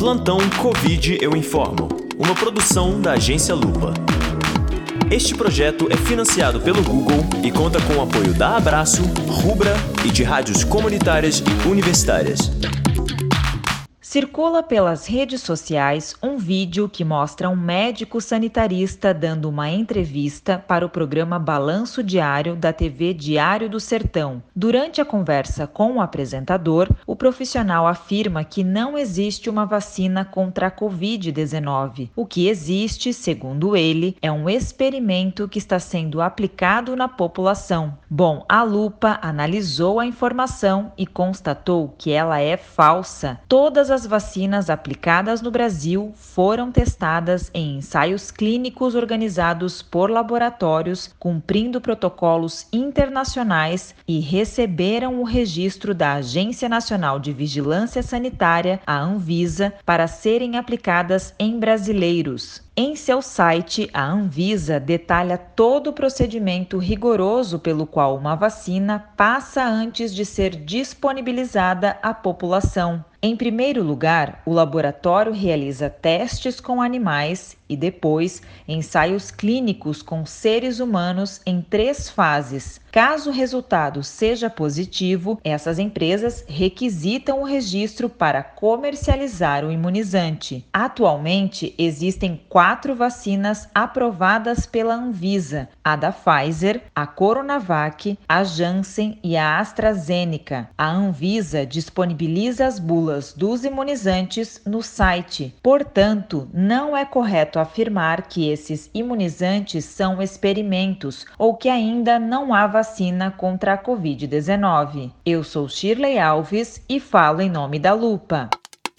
Plantão Covid Eu Informo, uma produção da Agência Lupa. Este projeto é financiado pelo Google e conta com o apoio da Abraço, Rubra e de rádios comunitárias e universitárias. Circula pelas redes sociais um vídeo que mostra um médico sanitarista dando uma entrevista para o programa Balanço Diário da TV Diário do Sertão. Durante a conversa com o apresentador, o profissional afirma que não existe uma vacina contra a Covid-19. O que existe, segundo ele, é um experimento que está sendo aplicado na população. Bom, a Lupa analisou a informação e constatou que ela é falsa. Todas as vacinas aplicadas no Brasil foram testadas em ensaios clínicos organizados por laboratórios, cumprindo protocolos internacionais e receberam o registro da Agência Nacional de Vigilância Sanitária, a Anvisa, para serem aplicadas em brasileiros. Em seu site, a Anvisa detalha todo o procedimento rigoroso pelo qual uma vacina passa antes de ser disponibilizada à população. Em primeiro lugar, o laboratório realiza testes com animais e depois ensaios clínicos com seres humanos em 3 fases. Caso o resultado seja positivo, essas empresas requisitam o registro para comercializar o imunizante. Atualmente, existem 4 vacinas aprovadas pela Anvisa: a da Pfizer, a Coronavac, a Janssen e a AstraZeneca. A Anvisa disponibiliza as bulas dos imunizantes no site. Portanto, não é correto afirmar que esses imunizantes são experimentos ou que ainda não há vacina contra a Covid-19. Eu sou Shirley Alves e falo em nome da Lupa.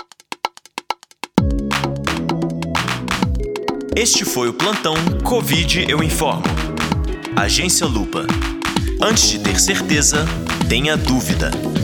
Este foi o Plantão Covid Eu Informo. Agência Lupa. Antes de ter certeza, tenha dúvida.